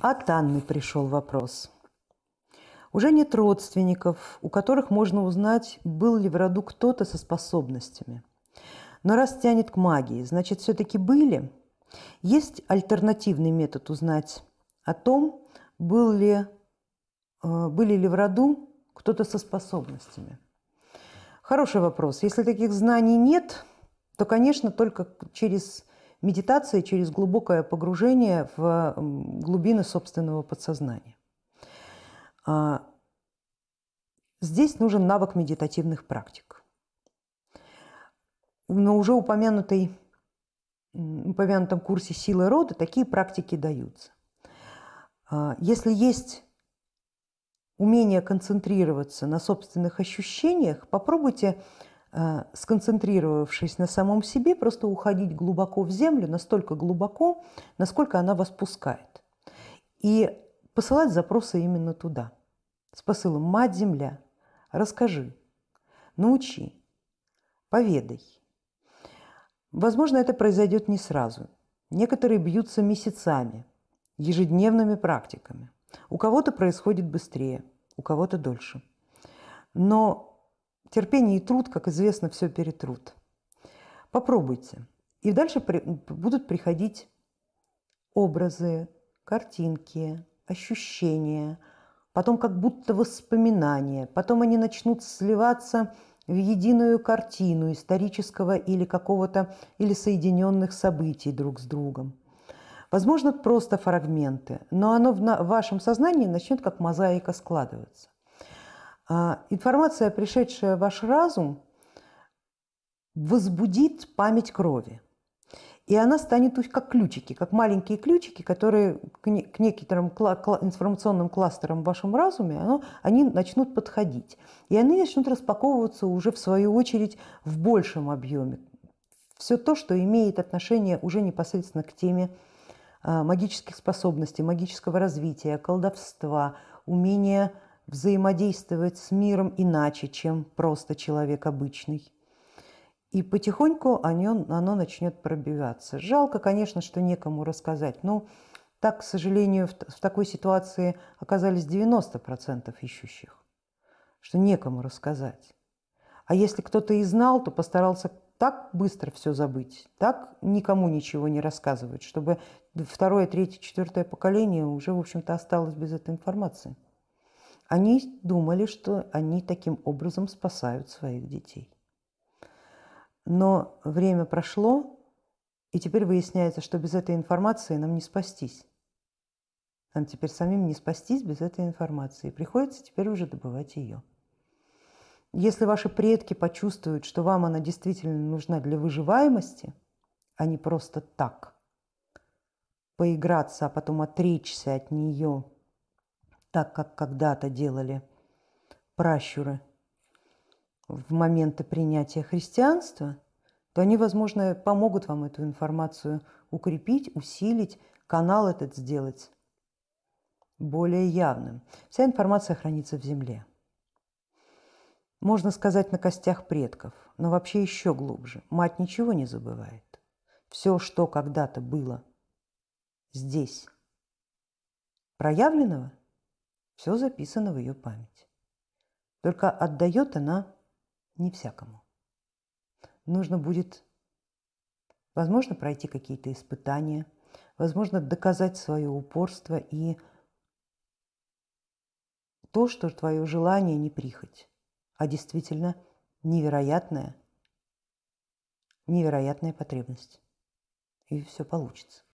От Анны пришел вопрос. Уже нет родственников, у которых можно узнать, был ли в роду кто-то со способностями. Но раз тянет к магии, значит, все-таки были. Есть альтернативный метод узнать о том, были ли в роду кто-то со способностями. Хороший вопрос. Если таких знаний нет, то, конечно, только через медитацию, через глубокое погружение в глубины собственного подсознания. Здесь нужен навык медитативных практик. На уже упомянутом курсе «Силы рода» такие практики даются. Если есть умение концентрироваться на собственных ощущениях, попробуйте, сконцентрировавшись на самом себе, просто уходить глубоко в землю, настолько глубоко, насколько она вас пускает. И посылать запросы именно туда, с посылом «Мать-Земля, расскажи, научи, поведай». Возможно, это произойдет не сразу. Некоторые бьются месяцами, ежедневными практиками. У кого-то происходит быстрее, у кого-то дольше. Но терпение и труд, как известно, все перетрут. Попробуйте. И дальше будут приходить образы, картинки, ощущения, потом как будто воспоминания, потом они начнут сливаться в единую картину исторического или какого-то, или соединенных событий друг с другом. Возможно, просто фрагменты, но оно в вашем сознании начнет как мозаика складываться. Информация, пришедшая в ваш разум, возбудит память крови. И она станет как ключики, как маленькие ключики, которые к некоторым информационным кластерам в вашем разуме, они начнут подходить. И они начнут распаковываться уже в свою очередь в большем объеме. Все то, что имеет отношение уже непосредственно к теме магических способностей, магического развития, колдовства, умения взаимодействовать с миром иначе, чем просто человек обычный. И потихоньку оно начнет пробиваться. Жалко, конечно, что некому рассказать. Но так, к сожалению, в такой ситуации оказались 90% ищущих, что некому рассказать. А если кто-то и знал, то постарался так быстро все забыть, так никому ничего не рассказывать, чтобы второе, третье, четвертое поколение уже, в общем-то, осталось без этой информации. Они думали, что они таким образом спасают своих детей. Но время прошло, и теперь выясняется, что без этой информации нам не спастись. Нам теперь самим не спастись без этой информации. Приходится теперь уже добывать ее. Если ваши предки почувствуют, что вам она действительно нужна для выживаемости, а не просто так, поиграться, а потом отречься от нее, так как когда-то делали пращуры в моменты принятия христианства, то они, возможно, помогут вам эту информацию укрепить, усилить, канал этот сделать более явным. Вся информация хранится в земле. Можно сказать, на костях предков, но вообще еще глубже. Мать ничего не забывает. Все, что когда-то было здесь проявленного, все записано в ее память. Только отдает она не всякому. Нужно будет, возможно, пройти какие-то испытания, возможно, доказать свое упорство и то, что твое желание не прихоть, а действительно невероятная потребность. И все получится.